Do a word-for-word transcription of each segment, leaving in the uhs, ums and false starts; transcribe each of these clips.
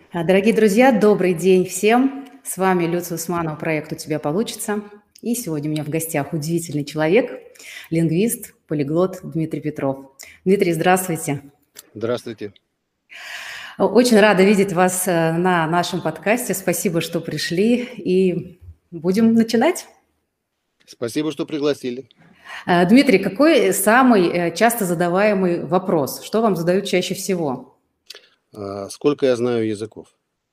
А, Дорогие друзья, добрый день всем! С вами Люция Усманова, проект «У тебя получится». И сегодня у меня в гостях удивительный человек, лингвист, полиглот Дмитрий Петров. Дмитрий, здравствуйте! Здравствуйте. О- Очень рада видеть вас э, на нашем подкасте. Спасибо, что пришли. И будем начинать. Спасибо, что пригласили. Э, Дмитрий, какой самый э, часто задаваемый вопрос? Что вам задают чаще всего? А, Сколько я знаю языков?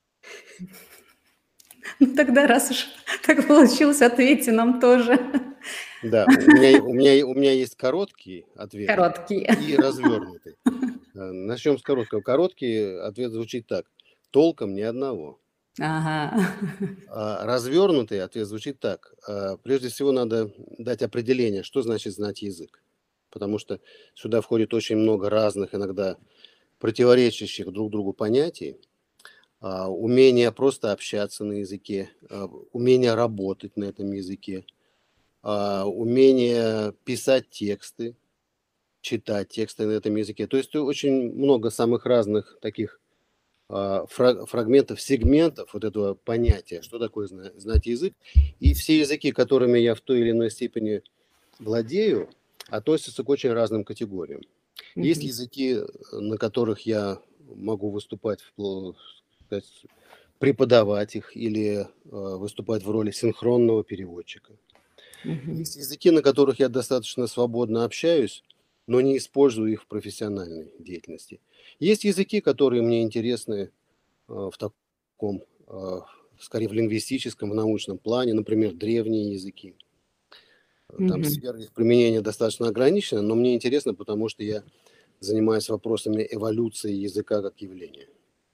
Ну, тогда, раз уж так получилось, ответьте нам тоже. Да, у меня, у меня, у меня есть короткий ответ Короткий. и развернутый. А, Начнем с короткого. Короткий ответ звучит так. Толком ни одного. Ага. А развернутый ответ звучит так. А, Прежде всего надо дать определение, что значит знать язык. Потому что сюда входит очень много разных, иногда противоречащих друг другу понятий. А, Умение просто общаться на языке, а, умение работать на этом языке, а, умение писать тексты, читать тексты на этом языке. То есть очень много самых разных таких а, фра- фрагментов, сегментов вот этого понятия, что такое зна- знать язык. И все языки, которыми я в той или иной степени владею, относятся к очень разным категориям. Есть Мгм. языки, э, на которых я могу выступать, впло- сказать, преподавать их или э, выступать в роли синхронного переводчика. Мгм. Есть языки, на которых я достаточно свободно общаюсь, но не использую их в профессиональной деятельности. Есть языки, которые мне интересны э, в таком, э, скорее в лингвистическом, в научном плане, например, древние языки. Там Мгм. сфера их применения достаточно ограничена, но мне интересно, потому что я занимаюсь вопросами эволюции языка как явления.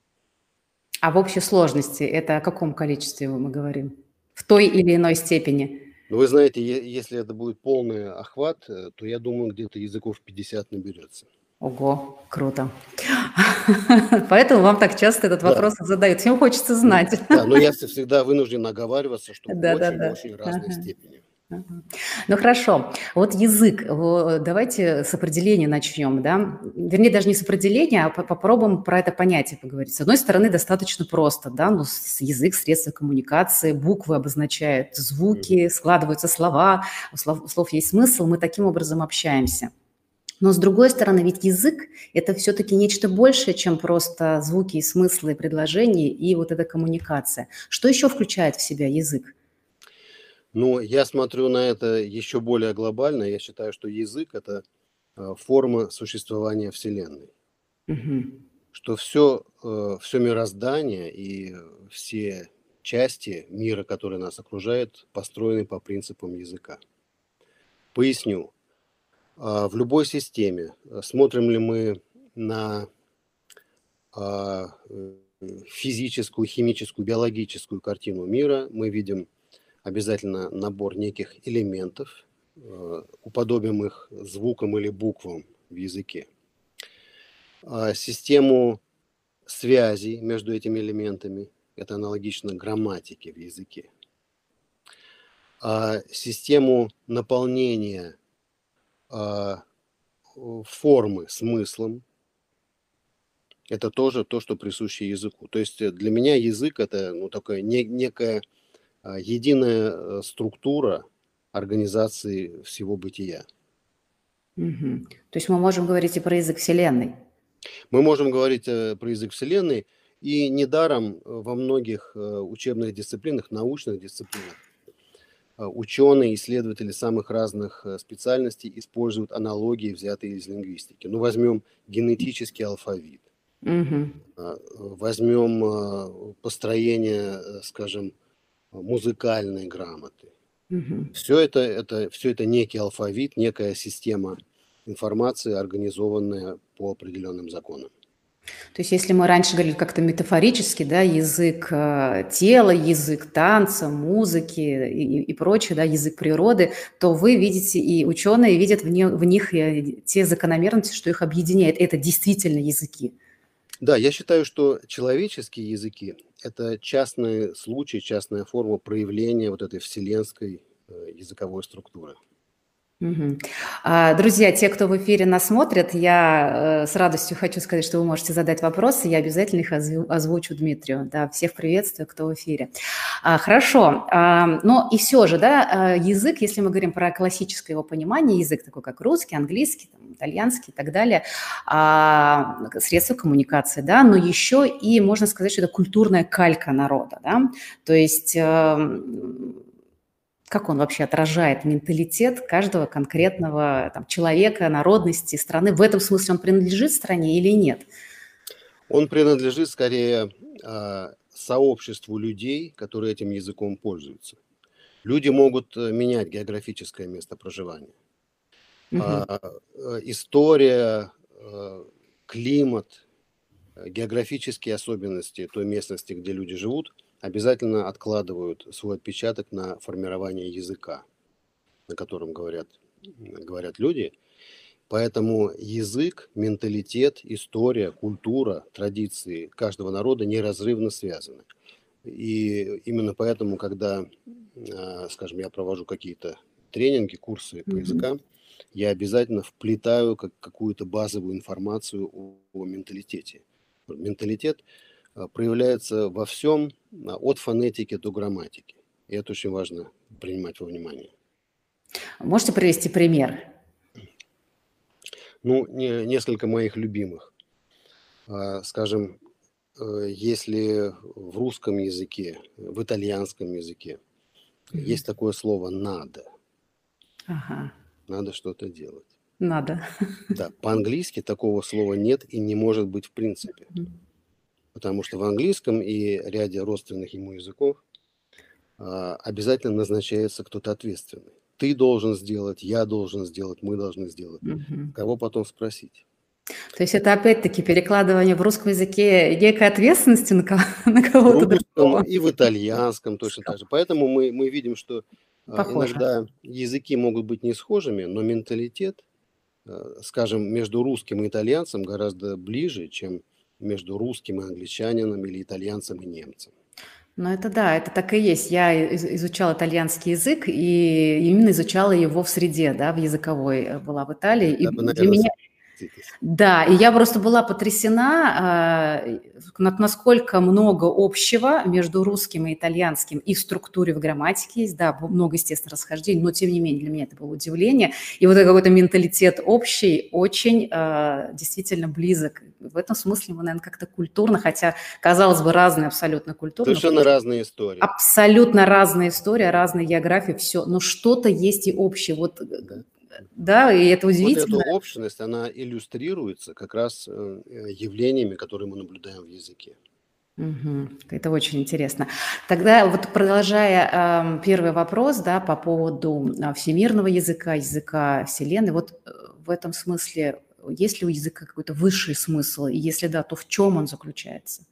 А в общей сложности это о каком количестве мы говорим? В той или иной степени? Но вы знаете, е- если это будет полный охват, э, то я думаю, где-то языков пятьдесят наберется. Ого, круто. Поэтому вам так часто этот Да, вопрос задают. Всем хочется но, знать. да, но я вс- всегда вынужден оговариваться, что в Да-да-да. очень-очень разной Ага. степени. Ага. Ну хорошо, вот язык, во- давайте с определения начнем, да, вернее, даже не с определения, а по- попробуем про это понятие поговорить. С одной стороны, достаточно просто, да, ну, с- язык, средства коммуникации, буквы обозначают Мгм. звуки, складываются слова, у слов, у слов есть смысл, мы таким образом общаемся. Но с другой стороны, ведь язык– это все-таки нечто большее, чем просто звуки и смыслы предложений и вот эта коммуникация. Что еще включает в себя язык? Но я смотрю на это еще более глобально. Я считаю, что язык– это э, форма существования Вселенной. Мгм. Что все, все мироздание и все части мира, которые нас окружают, построены по принципам языка. Поясню. А, В любой системе, э, смотрим ли мы на а, э, физическую, химическую, биологическую картину мира, мы видим обязательно набор неких элементов, э, уподобим их звукам или буквам в языке. А Систему связей между этими элементами, это аналогично грамматике в языке. А Систему наполнения а, формы смыслом, это тоже то, что присуще языку. То есть э, для меня язык это ну, такая не- некая а, единая э, структура организации всего бытия. Мгм. То есть мы можем говорить и про язык Вселенной. Мы можем говорить э, про язык Вселенной, и недаром э, во многих э, учебных дисциплинах, научных дисциплинах, э, ученые, исследователи самых разных э, специальностей используют аналогии, взятые из лингвистики. Ну, возьмем генетический алфавит. Мгм. А, Возьмем а, построение, э, скажем, музыкальной грамоты. Мгм. Все это, это, все это некий алфавит, некая система информации, организованная по определенным законам. То есть если мы раньше говорили как-то метафорически, да, язык э, тела, язык танца, музыки и, и прочее, да, язык природы, то вы видите, и ученые видят в, не- в них э, те закономерности, что их объединяет. Это действительно языки. Да, я считаю, что человеческие языки– это частный случай, частная форма проявления вот этой вселенской э, языковой структуры. Мгм. А, Друзья, те, кто в эфире нас смотрят, я э, с радостью хочу сказать, что вы можете задать вопросы, я обязательно их озв- озвучу Дмитрию. Да, всех приветствую, кто в эфире. А, хорошо, а, но и все же, да, а, язык, если мы говорим про классическое его понимание, язык такой, как русский, английский, там, итальянский и так далее, а, средства коммуникации, да, но еще и можно сказать, что это культурная калька народа, да, то есть эм, как он вообще отражает менталитет каждого конкретного там, человека, народности, страны? В этом смысле он принадлежит стране или нет? Он принадлежит скорее а, сообществу людей, которые этим языком пользуются. Люди могут э, менять географическое место проживания. Мгм. А, э, история, э, климат, э, географические особенности той местности, где люди живут, обязательно откладывают свой отпечаток на формирование языка, на котором говорят, говорят люди. Поэтому язык, менталитет, история, культура, традиции каждого народа неразрывно связаны. И именно поэтому, когда, а, скажем, я провожу какие-то тренинги, курсы по Мгм. языкам, я обязательно вплетаю как, какую-то базовую информацию о, о менталитете. Менталитет а, проявляется во всем, а, от фонетики до грамматики. И это очень важно принимать во внимание. Можете привести пример? Ну, не- несколько моих любимых. А, Скажем, э, если в русском языке, в итальянском языке Мгм. есть такое слово «надо», Ага, надо что-то делать. надо. Да, по-английски такого слова нет и не может быть в принципе, Мгм. потому что в английском и ряде родственных ему языков а, обязательно назначается кто-то ответственный. Ты должен сделать, я должен сделать, мы должны сделать. Мгм. Кого потом спросить? То есть это опять-таки перекладывание в русском языке некой ответственности на, ко- на В кого-то русском другого. и в итальянском точно так же. Поэтому мы, мы видим, что а, Похоже. иногда языки могут быть не схожими, но менталитет, э, скажем, между русским и итальянцем гораздо ближе, чем между русским и англичанином или итальянцем и немцем. Ну, это да, это так и есть. Я из- изучала итальянский язык и именно изучала его в среде, да, в языковой э, была в Италии. И Тогда вы, для наверное, меня согласитесь. да, и я просто была потрясена, а, на- насколько много общего между русским и итальянским и в структуре, в грамматике есть, да, б- много, естественно, расхождений, но тем не менее для меня это было удивление. И вот этот какой-то менталитет общий очень а, действительно близок. В этом смысле мы, наверное, как-то культурно, хотя, казалось бы, разные абсолютно культуры, но Совершенно потому что разные истории. абсолютно разная история, разная география, все, но что-то есть и общее. Вот, э, Да. да, и это Вот эта удивительно. общность, она иллюстрируется как раз э, э, явлениями, которые мы наблюдаем в языке. Мгм. Это очень интересно. Тогда вот продолжая, ам, первый вопрос, да, по поводу, а, всемирного языка, языка Вселенной. Вот, э, в этом смысле, э, есть ли у языка какой-то высший смысл? И если да, то в чем он заключается?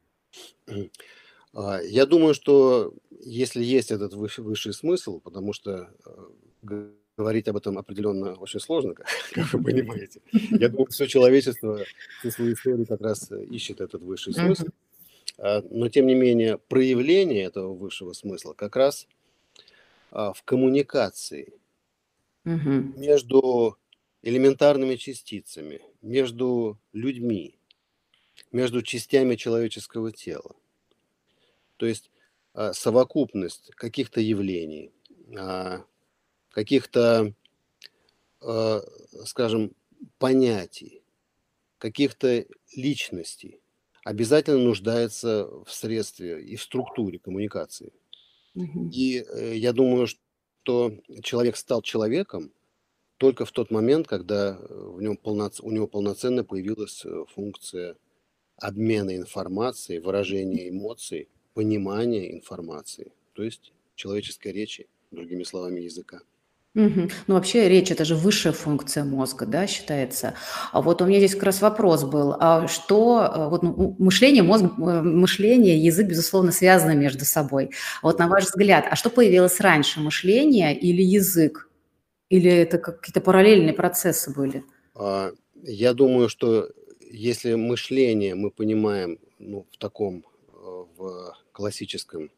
А, Я думаю, что если есть этот выш- высший смысл, потому что э, г- говорить об этом определенно очень сложно, как, как вы Мгм. понимаете. Я думаю, все человечество всю свою историю как раз э, ищет этот высший смысл. Мгм. А, Но, тем не менее, проявление этого высшего смысла как раз а, в коммуникации Мгм. между элементарными частицами, между людьми, между частями человеческого тела. То есть а, совокупность каких-то явлений, а, каких-то, а, скажем, понятий, каких-то личностей обязательно нуждается в средстве и в структуре коммуникации. Мгм. И э, я думаю, что человек стал человеком только в тот момент, когда э, в нем полноц- у него полноценно появилась э, функция обмена информацией, выражения эмоций, понимания информации, то есть человеческой речи, другими словами, языка. Мгм. Ну, вообще речь- это же высшая функция мозга, да, считается. А вот у меня здесь как раз вопрос был: а что, э, вот, ну, у мышление, мозг, э, мышление, язык, безусловно, связаны между собой. Вот на Мгм. ваш взгляд, а что появилось раньше: мышление или язык? Или это какие-то параллельные процессы были? А, Я думаю, что если мышление мы понимаем ну, в таком, э, в классическом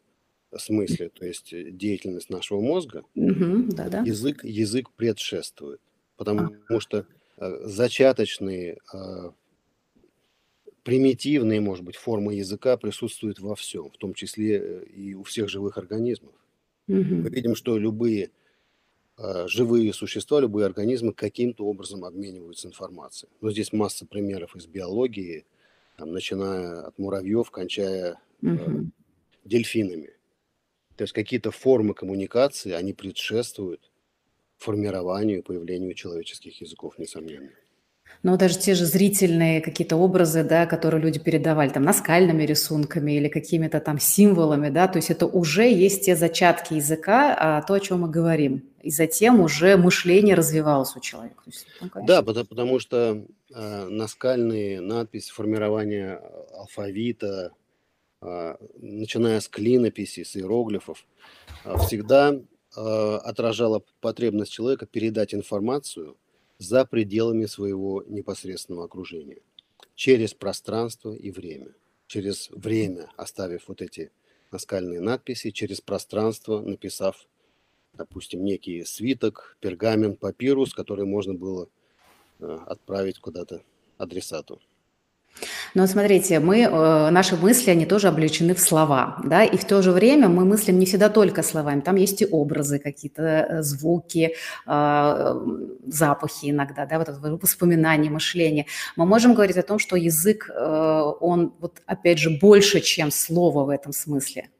смысле, то есть э, деятельность нашего мозга, Мгм. Да-да. язык, язык предшествует. А, Потому что э, зачаточные, э, примитивные, может быть, формы языка присутствуют во всем, в том числе э, и у всех живых организмов. Мы мгм. видим, что любые э, живые существа, любые организмы каким-то образом обмениваются информацией. Но здесь масса примеров из биологии, там, начиная от муравьев, кончая э, Мгм. дельфинами. То есть какие-то формы коммуникации, они предшествуют формированию и появлению человеческих языков, несомненно. Но даже те же зрительные какие-то образы, да, которые люди передавали там наскальными рисунками или какими-то там символами, да, то есть это уже есть те зачатки языка, а, то, о чем мы говорим. И затем уже мышление развивалось у человека. То есть, ну, Да, конечно. потому, потому что э, наскальные надписи, формирование э, алфавита, а, начиная с клинописи, с иероглифов, а, всегда а, отражала потребность человека передать информацию за пределами своего непосредственного окружения, через пространство и время. Через время, оставив вот эти наскальные надписи, через пространство, написав, допустим, некий свиток, пергамент, папирус, который можно было э, отправить куда-то адресату. Но вот смотрите, мы, э, наши мысли, они тоже облечены в слова, да, и в то же время мы мыслим не всегда только словами, там есть и образы какие-то, э, звуки, а, м, запахи иногда, да, вот это вот воспоминания, мышление. Мы можем говорить о том, что язык, э, он вот опять же больше, чем слово в этом смысле.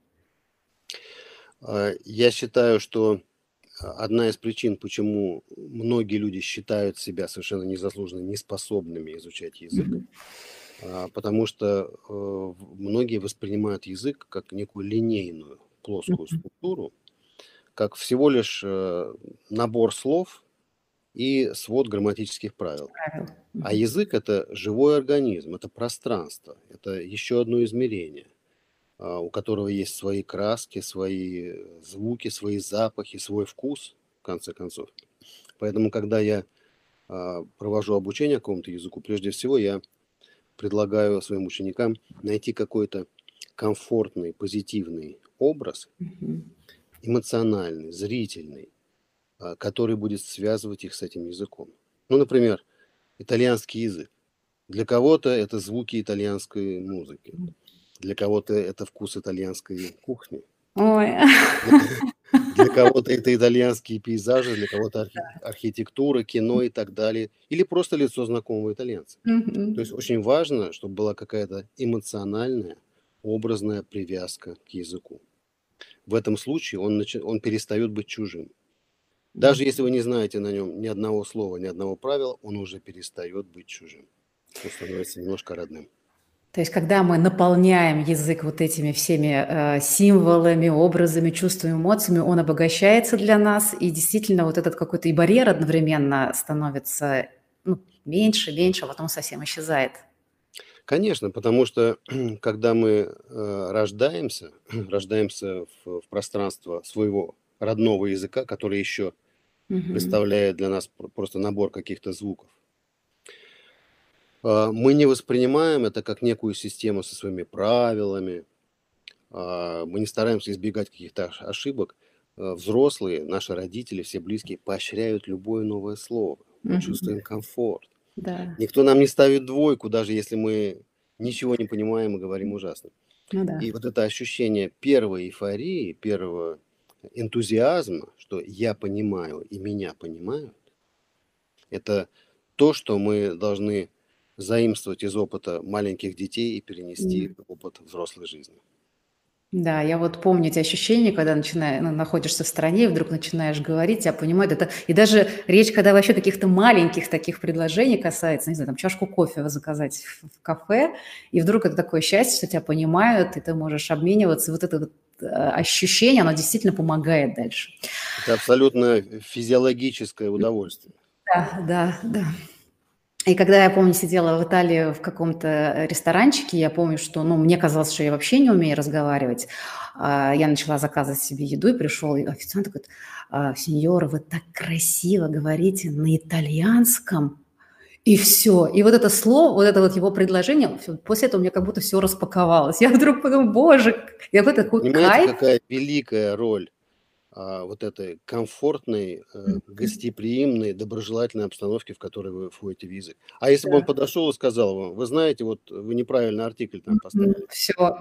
А, Я считаю, что а, одна из причин, почему многие люди считают себя совершенно незаслуженно неспособными изучать язык, Мгм. а, потому что э, в- многие воспринимают язык как некую линейную, плоскую Мгм. структуру, как всего лишь э, набор слов и свод грамматических правил. Правил. А Мгм. язык – это живой организм, это пространство, это еще одно измерение, а, у которого есть свои краски, свои э, звуки, свои запахи, свой вкус, в конце концов. Поэтому, когда я а, провожу обучение какому-то языку, прежде всего я предлагаю своим ученикам найти какой-то комфортный, позитивный образ, Мгм. эмоциональный, зрительный, а, который будет связывать их с этим языком. Ну, например, итальянский язык. Для кого-то это звуки итальянской музыки, для кого-то это вкус итальянской кухни, Ой. для, для кого-то это итальянские пейзажи, для кого-то архи- архитектура, кино и так далее, или просто лицо знакомого итальянца. То есть Мгм. очень важно, чтобы была какая-то эмоциональная, образная привязка к языку. В этом случае он, начи- он перестает быть чужим. Мгм. Даже если вы не знаете на нем ни одного слова, ни одного правила, он уже перестает быть чужим. Он становится немножко родным. То есть, когда мы наполняем язык вот этими всеми э, символами, образами, чувствами, эмоциями, он обогащается для нас, и действительно вот этот какой-то и барьер одновременно становится ну, меньше, меньше, а потом совсем исчезает. Конечно, потому что когда мы э, рождаемся, рождаемся в, в пространство своего родного языка, который еще Мгм. представляет для нас пр- просто набор каких-то звуков, а, мы не воспринимаем это как некую систему со своими правилами, а, мы не стараемся избегать каких-то ош- ошибок. Э, Взрослые, наши родители, все близкие поощряют любое новое слово. Мы Мгм. чувствуем комфорт. Да, Никто нам не ставит двойку, даже если мы ничего не понимаем и говорим ужасно. ну да. И вот это ощущение первой эйфории, первого энтузиазма, что я понимаю и меня понимают, это то, что мы должны заимствовать из опыта маленьких детей и перенести в опыт взрослой жизни. Да, я вот помню эти ощущения, когда начинаешь, ну, находишься в стране, и вдруг начинаешь говорить, тебя понимают. Это, и даже речь, когда вообще каких-то маленьких таких предложений касается, не знаю, там чашку кофе заказать в, в кафе, и вдруг это такое счастье, что тебя понимают, и ты можешь обмениваться. И вот это вот э, ощущение, оно действительно помогает дальше. Это абсолютно физиологическое удовольствие. Да, да, да. И когда я, помню, сидела в Италии в каком-то ресторанчике, я помню, что, ну, мне казалось, что я вообще не умею разговаривать. А, Я начала заказывать себе еду, и пришел официант и говорит: «А, сеньора, вы так красиво говорите на итальянском». И все. И вот это слово, вот это вот его предложение, всё, после этого у меня как будто все распаковалось. Я вдруг подумала: "Боже, я какой такой Понимаете, кайф". какая великая роль а, вот этой комфортной, э, Мгм. гостеприимной, доброжелательной обстановки, в которой вы входите в язык. А если бы он Да. подошел и сказал вам: "Вы знаете, вот вы неправильно артикль там поставили". Всё.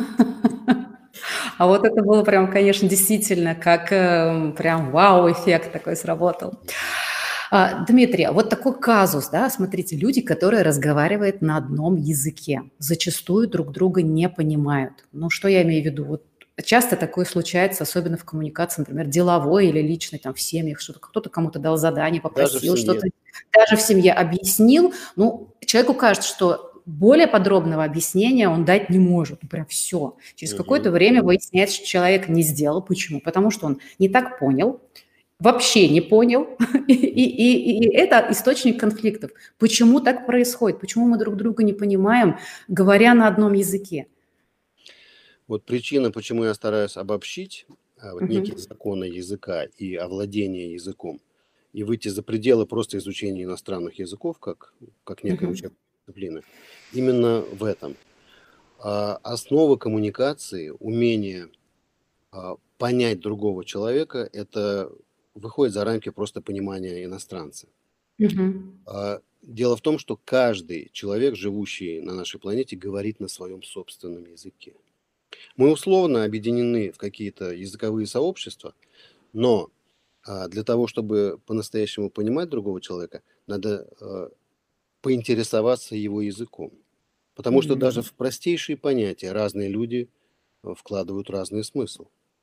А вот это было прям, конечно, действительно как, эм, прям вау-эффект такой сработал. Мгм. А, Дмитрий, а вот такой казус, да, смотрите, люди, которые разговаривают на одном языке, зачастую друг друга не понимают. Ну, что я имею в виду? Вот часто такое случается, особенно в коммуникации, например, деловой или личной, там, в семьях, что-то кто-то кому-то дал задание, Даже в попросил семье. что-то, даже в семье объяснил. Ну, человеку кажется, что более подробного объяснения он дать не может. Ну, прям все. Через какое-то Мгм. время выясняется, что человек не сделал. Почему? Потому что он не так понял, вообще не понял, и и и это источник конфликтов. Почему так происходит? Почему мы друг друга не понимаем, говоря на одном языке? Вот причина, почему я стараюсь обобщить, а, вот Мгм. некие законы языка и овладение языком, и выйти за пределы просто изучения иностранных языков, как как некая Мгм. учебная дисциплина, именно в этом. А, основа коммуникации, умение, а, понять другого человека — это выходит за рамки просто понимания иностранца. Мгм. А, дело в том, что каждый человек, живущий на нашей планете, говорит на своем собственном языке. Мы условно объединены в какие-то языковые сообщества, но, а, для того, чтобы по-настоящему понимать другого человека, надо, а, поинтересоваться его языком. Потому что даже Мгм. в простейшие понятия разные люди, а, вкладывают разный смысл.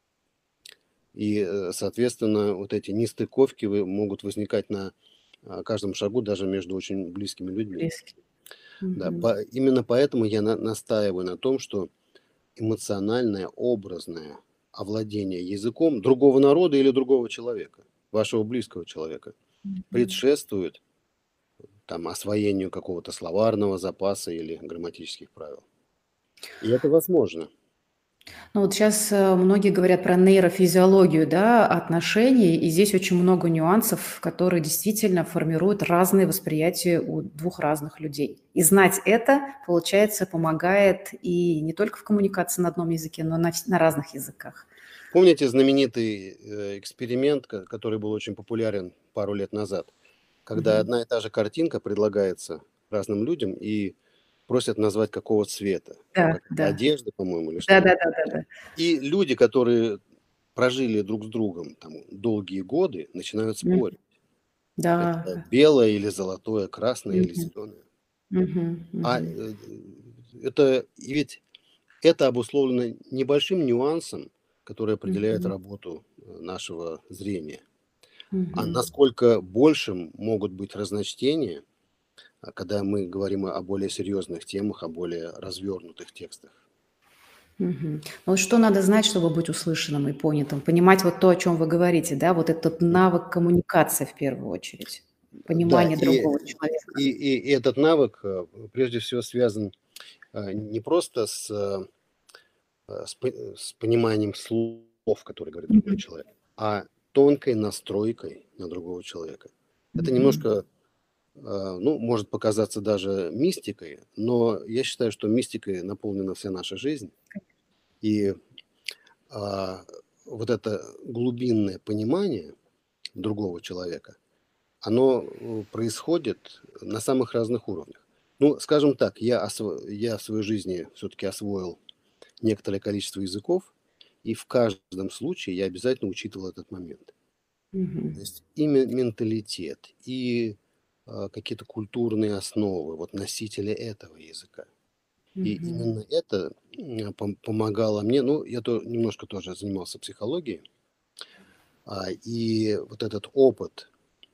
И, э, соответственно, вот эти нестыковки вы могут возникать на, а, каждом шагу, даже между очень близкими людьми. Близкий. Да, Мгм. по именно поэтому я на настаиваю на том, что эмоциональное, образное овладение языком другого народа или другого человека, вашего близкого человека, Мгм. предшествует там освоению какого-то словарного запаса или грамматических правил. И это возможно. Ну, вот сейчас многие говорят про нейрофизиологию, да, отношений, и здесь очень много нюансов, которые действительно формируют разные восприятия у двух разных людей. И знать это, получается, помогает и не только в коммуникации на одном языке, но на вс на разных языках. Помните знаменитый, э, эксперимент, ко который был очень популярен пару лет назад, когда Мгм. одна и та же картинка предлагается разным людям и просят назвать, какого цвета, там Да, какая-то да. одежда, по-моему, или что-то. Да-да-да-да-да. И люди, которые прожили друг с другом там долгие годы, начинают Мгм. спорить. Это Да. белое или золотое, красное или Мгм. зеленое. Мгм. А, Мгм. э, это и ведь это обусловлено небольшим нюансом, который определяет Мгм. работу, э, нашего зрения. А Мгм. насколько большим могут быть разночтения, а, когда мы говорим о более серьезных темах, о более развернутых текстах. Мгм. Ну, вот что надо знать, чтобы быть услышанным и понятым? Понимать вот то, о чем вы говорите, да, вот этот навык коммуникации в первую очередь, Да, понимание и другого человека. и и этот навык, э, прежде всего связан, а, не просто с, э, э, с по с пониманием слов, которые говорит другой Мгм. человек, а тонкой настройкой на другого человека. Это Мгм. немножко, а, ну, может показаться даже мистикой, но я считаю, что мистикой наполнена вся наша жизнь. И, а, вот это глубинное понимание другого человека, оно, э, происходит на самых разных уровнях. Ну, скажем так, я осво я в своей жизни все-таки освоил некоторое количество языков, и в каждом случае я обязательно учитывал этот момент. Мгм. То есть и ме менталитет, и, а, какие-то культурные основы, вот носителя этого языка. И Мгм. именно это, м, пом помогало мне. Ну, я то немножко тоже занимался психологией, а, и вот этот опыт,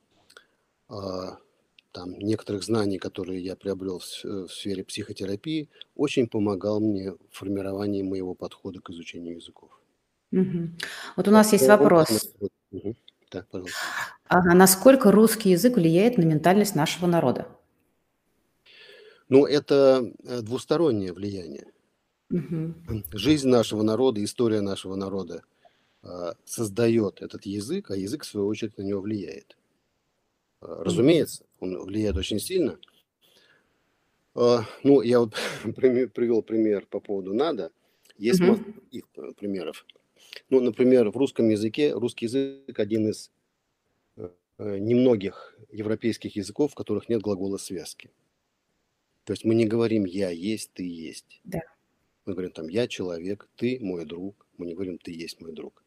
а, там некоторых знаний, которые я приобрел в с в сфере психотерапии, очень помогал мне в формировании моего подхода к изучению языков. Мгм. Вот у Э, нас есть он дал мне вопрос. вот. Мгм. Так, пожалуйста. А насколько русский язык влияет на ментальность нашего народа? Ну, это, э, двустороннее влияние. Мгм. М, жизнь нашего народа, история нашего народа, а, создает этот язык, а язык, в свою очередь, на него влияет. Разумеется, он влияет очень сильно. Ну, я вот привел пример по поводу «надо». Есть масса Мгм. других примеров. Ну, например, в русском языке, русский язык один из немногих европейских языков, в которых нет глагола связки. То есть мы не говорим «я есть», «ты есть». Да. Мы говорим там «я человек», «ты мой друг». Мы не говорим «ты есть мой друг».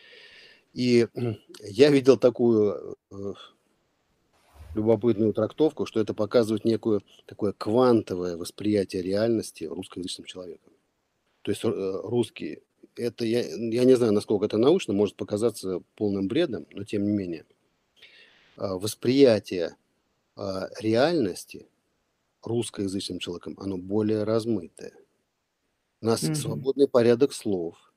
И я видел такую э, любопытную трактовку, что это показывает некое такое квантовое восприятие реальности русскоязычным человеком. То есть э, русский, это я, я не знаю, насколько это научно, может показаться полным бредом, но тем не менее. Э, восприятие э, реальности русскоязычным человеком, оно более размытое. У нас Мгм. свободный порядок слов.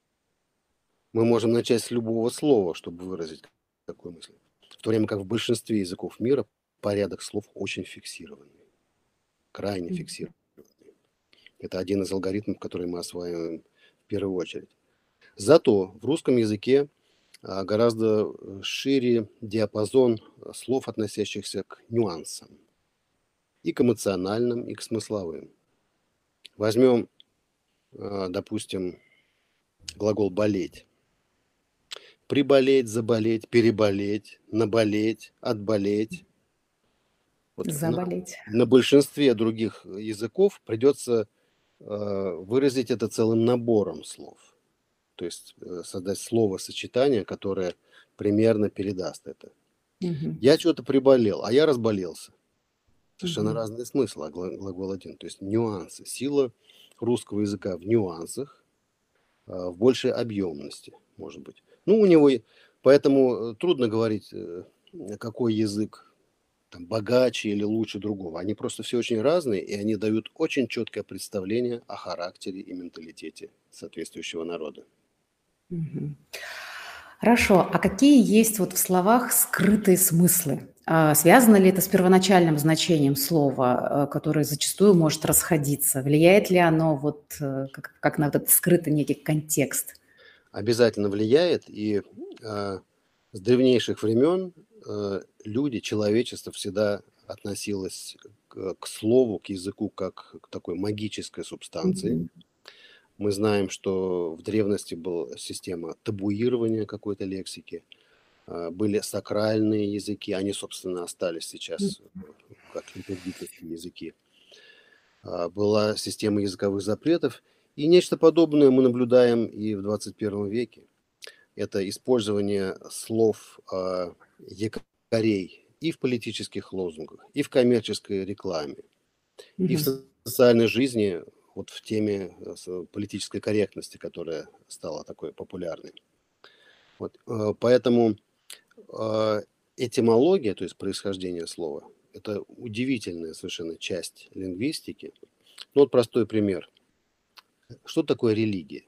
Мы можем начать с любого слова, чтобы выразить такую мысль. В то время как в большинстве языков мира порядок слов очень фиксированный, крайне Мгм. фиксированный. Это один из алгоритмов, который мы осваиваем в первую очередь. Зато в русском языке а, гораздо шире диапазон слов, относящихся к нюансам. И к эмоциональным, и к смысловым. Возьмем, а, допустим, глагол «болеть». Приболеть, заболеть, переболеть, наболеть, отболеть. Вот на, Заболеть. на большинстве других языков придется э, выразить это целым набором слов. То есть э, создать словосочетание, которое примерно передаст это. Мгм. Я что-то приболел, а я разболелся. Совершенно Мгм. разные смыслы, а гла- глагол один. То есть нюансы. Сила русского языка в нюансах, э, в большей объемности, может быть. Ну, у него, и- поэтому э, трудно говорить, э, какой язык там, богаче или лучше другого. Они просто все очень разные, и они дают очень четкое представление о характере и менталитете соответствующего народа. Мгм. Хорошо. А какие есть вот в словах скрытые смыслы? А, связано ли это с первоначальным значением слова, э, которое зачастую может расходиться? Влияет ли оно вот э, как, как на этот скрытый некий контекст? Обязательно влияет, и э, с древнейших времен э, люди, человечество всегда относилось к, к слову, к языку как к такой магической субстанции. Мгм. Мы знаем, что в древности была система табуирования какой-то лексики, э, были сакральные языки, они, собственно, остались сейчас э, как литургические языки. А, Была система языковых запретов, и нечто подобное мы наблюдаем и в двадцать первом веке. Это использование слов а, якорей и в политических лозунгах, и в коммерческой рекламе, и в Мгм. социальной жизни, вот в теме э, с- политической корректности, которая стала такой популярной. Вот, э, поэтому э, этимология, то есть происхождение слова, это удивительная совершенно часть лингвистики. Ну вот простой пример. Что такое религия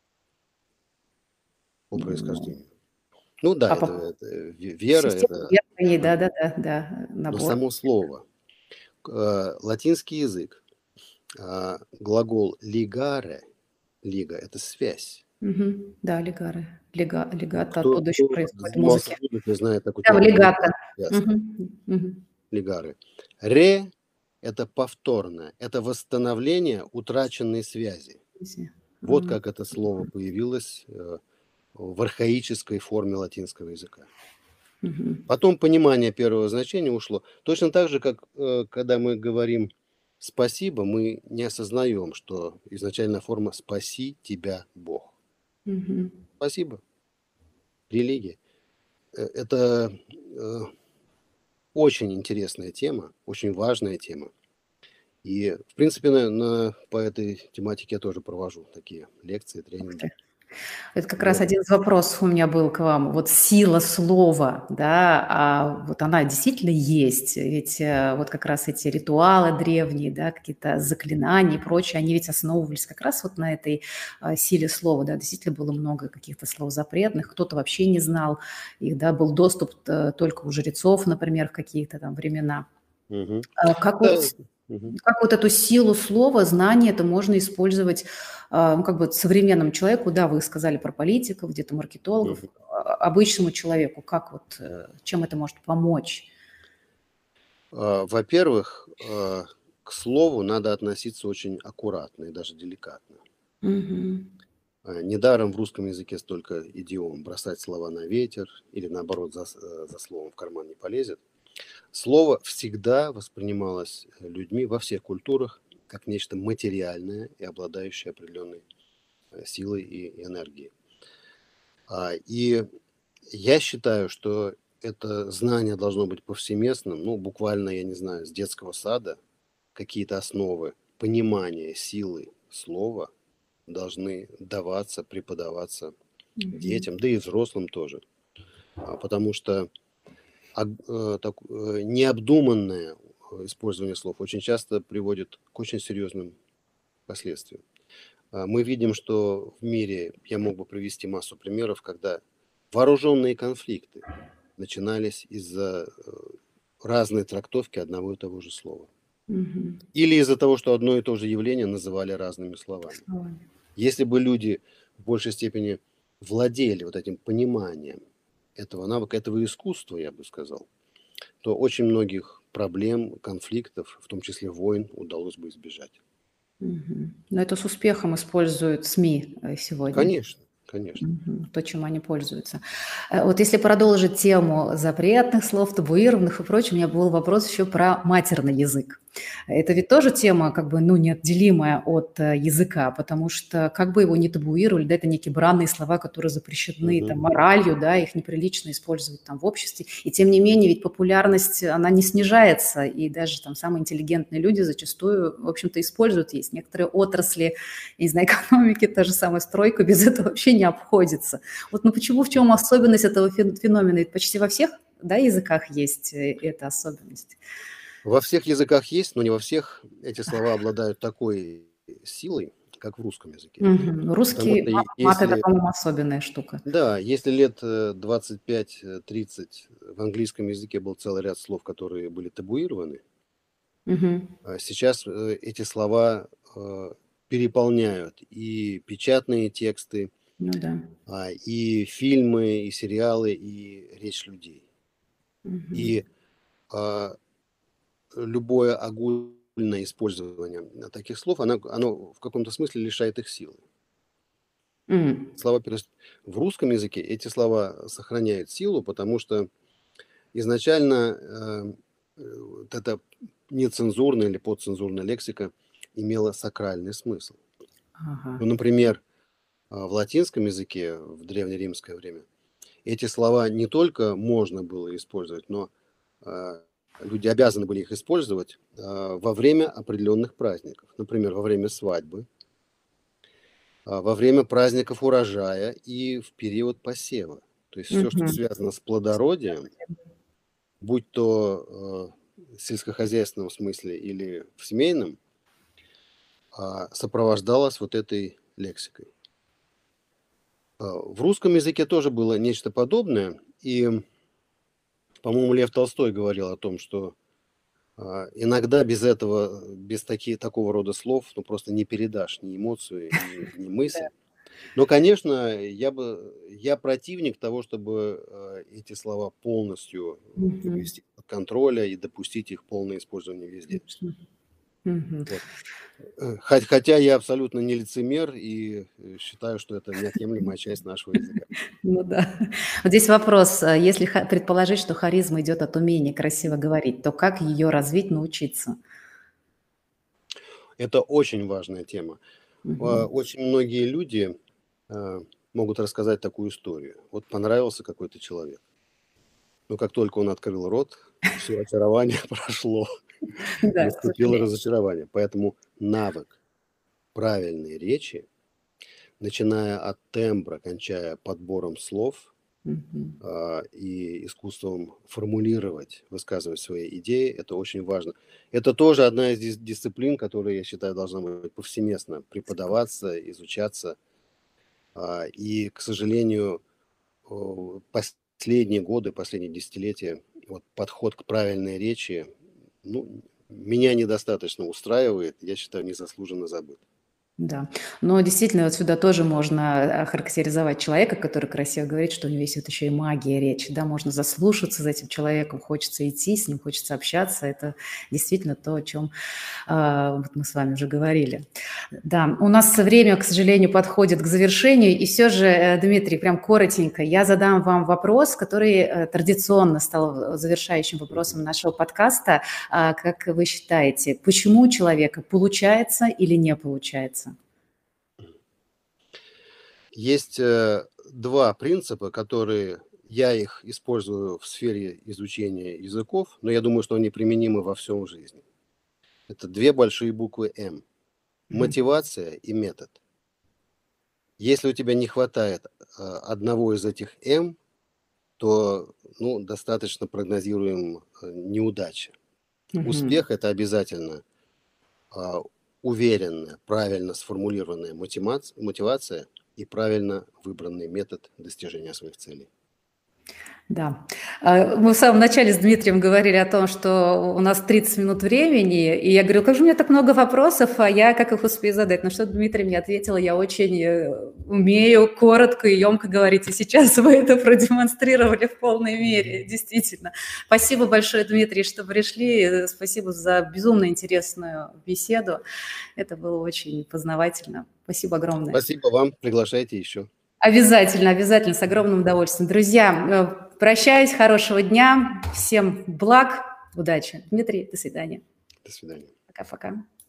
по Ну, происхождению? Ну да, а это, по это ве- вера, системе это, верований, ага. да-да-да, да, Но набор. само слово, э, латинский язык, а, глагол ligare, лига, это связь. Мгм. Да, легары. Лега Ну, легато кто, оттуда еще кто происходит в занимался музыке. музыкой, знает такой Да, термин легато. лига, связка, Мгм. Мгм. лигары. Ре– это повторное, это восстановление утраченной связи. Си Вот М. как это слово появилось э, в архаической форме латинского языка. Мгм. Потом понимание первого значения ушло. Точно так же, как э, когда мы говорим спасибо, мы не осознаем, что изначальная форма «спаси тебя, Бог». Мгм. Спасибо. Религия. Э, Это э, очень интересная тема, очень важная тема. И, в принципе, на, на- по этой тематике я тоже провожу такие лекции, Ух тренинги. ты. Это как раз Вот. один из вопросов у меня был к вам. Вот сила слова, да, а вот она действительно есть. Ведь э, вот как раз эти ритуалы древние, да, какие-то заклинания и прочее, они ведь основывались как раз вот на этой а, силе слова, да. Действительно было много каких-то слов запретных, кто-то вообще не знал их, да, был доступ э, только у жрецов, например, в какие-то там времена. Мгм. А как вот Да. Мгм. как вот эту силу слова, знания это можно использовать, а, ну, как бы современному человеку? Да, вы сказали про политиков, где-то маркетологов. Мгм. А, обычному человеку как вот, э, чем это может помочь? А, Во-первых, а, к слову надо относиться очень аккуратно и даже деликатно. Мгм. А, Недаром в русском языке столько идиом бросать слова на ветер или наоборот за, с- э, за словом в карман не полезет. Слово всегда воспринималось э, людьми во всех культурах как нечто материальное и обладающее определенной э, силой и энергией. А, И я считаю, что это знание должно быть повсеместным, ну, буквально, я не знаю, с детского сада какие-то основы понимания силы слова должны даваться, преподаваться Мгм. детям, да и взрослым тоже. А, Потому что ог- э, так- э, необдуманное э, использование слов очень часто приводит к очень серьезным последствиям. А, Мы видим, что в мире, я мог бы привести массу примеров, когда вооруженные конфликты начинались из-за э, разной трактовки одного и того же слова. Мгм. Или из-за того, что одно и то же явление называли разными словами. Словами. Если бы люди в большей степени владели вот этим пониманием этого навыка, этого искусства, я бы сказал, то очень многих проблем, конфликтов, в том числе войн, удалось бы избежать. Мгм. Но это с успехом используют СМИ, э, сегодня. Конечно, конечно. Мгм. То, чем они пользуются. Э, вот если продолжить тему запретных слов, табуированных и прочее, у меня был вопрос еще про матерный язык. Это ведь тоже тема как бы, ну, неотделимая от э, языка, потому что как бы его ни табуировали, да, это некие бранные слова, которые запрещены там Мгм. моралью, да, их неприлично использовать там в обществе. И тем не менее, ведь популярность, она не снижается, и даже там самые интеллигентные люди зачастую, в общем-то, используют. Есть некоторые отрасли, я не знаю, экономики, та же самая стройка, без этого вообще не обходится. Вот, ну почему, в чем особенность этого фен- феномена? Ведь почти во всех, да, языках есть э, эта особенность. Во всех языках есть, но не во всех эти слова обладают такой силой, как в русском языке. Мгм. Ну, Потому русский что мат, е- мат– это, если, по-моему, особенная штука. да, если лет э, двадцать пять э, тридцать в английском языке был целый ряд слов, которые были табуированы, Мгм. а сейчас э, эти слова э, переполняют и печатные тексты, Ну да. а, и фильмы, и сериалы, и речь людей. Мгм. И а, любое огульное использование таких слов, оно, оно в каком-то смысле лишает их силы. М. Слова перес- В русском языке эти слова сохраняют силу, потому что изначально э, э, вот эта нецензурная или подцензурная лексика имела сакральный смысл. Ага. Ну, например, а, в латинском языке в древнеримское время эти слова не только можно было использовать, но а, люди обязаны были их использовать а, во время определенных праздников. Например, во время свадьбы, а, во время праздников урожая и в период посева. То есть все, что Мгм. связано с плодородием, будь то э, в сельскохозяйственном смысле или в семейном, а, сопровождалось вот этой лексикой. А, В русском языке тоже было нечто подобное, и, по-моему, Лев Толстой говорил о том, что а, иногда без этого, без таки, такого рода слов, ну, просто не передашь ни эмоцию, ни, ни Да. мысль. Но, конечно, я бы, я противник того, чтобы э, эти слова полностью э, Мгм. вывести из-под контроля и допустить их полное использование везде. Конечно. Мгм. Вот. Э, хо- Хотя я абсолютно не лицемер и э, считаю, что это неотъемлемая часть нашего языка. Ну да. Вот здесь вопрос. а Если ха- предположить, что харизма идет от умения красиво говорить, то как ее развить, научиться? Это очень важная тема. А, Мгм. Очень многие люди а, могут рассказать такую историю. Вот понравился какой-то человек. Но как только он открыл рот, все очарование прошло, Да, к наступило сожалению. разочарование. Поэтому навык правильной речи, начиная от тембра, кончая подбором слов Мгм. а, и искусством формулировать, высказывать свои идеи, это очень важно. Это тоже одна из дис- дисциплин, которая, я считаю, должна быть повсеместно преподаваться, изучаться. А, И, к сожалению, о, последние годы, последние десятилетия, вот подход к правильной речи, ну, меня недостаточно устраивает, я считаю, незаслуженно забыт. Да, но действительно вот сюда тоже можно охарактеризовать человека, который красиво говорит, что у него есть вот еще и магия речи, да, можно заслушаться за этим человеком, хочется идти, с ним хочется общаться, это действительно то, о чем а, вот мы с вами уже говорили. Да, у нас время, к сожалению, подходит к завершению, и все же, э, Дмитрий, прям коротенько, я задам вам вопрос, который э, традиционно стал завершающим вопросом нашего подкаста. А, Как вы считаете, почему у человека получается или не получается? Есть э, два принципа, которые я их использую в сфере изучения языков, но я думаю, что они применимы во всем в жизни. Это две большие буквы М. Мгм. Мотивация и метод. Если у тебя не хватает э, одного из этих М, то ну, достаточно прогнозируем э, неудача. Мгм. Успех – это обязательно а, уверенная, правильно сформулированная мотивация, мотивация и правильно выбранный метод достижения своих целей. Да. А, Мы в самом начале с Дмитрием говорили о том, что у нас тридцать минут времени, и я говорю, как же у меня так много вопросов, а я как их успею задать? Ну что Дмитрий мне ответил, я очень э, умею коротко и емко говорить, и сейчас вы это продемонстрировали в полной мере, действительно. Спасибо большое, Дмитрий, что пришли, спасибо за безумно интересную беседу, это было очень познавательно. Спасибо огромное. Спасибо вам, приглашайте еще. Обязательно, обязательно, с огромным удовольствием. Друзья, э, прощаюсь, хорошего дня, всем благ, удачи. Дмитрий, до свидания. До свидания. Пока-пока.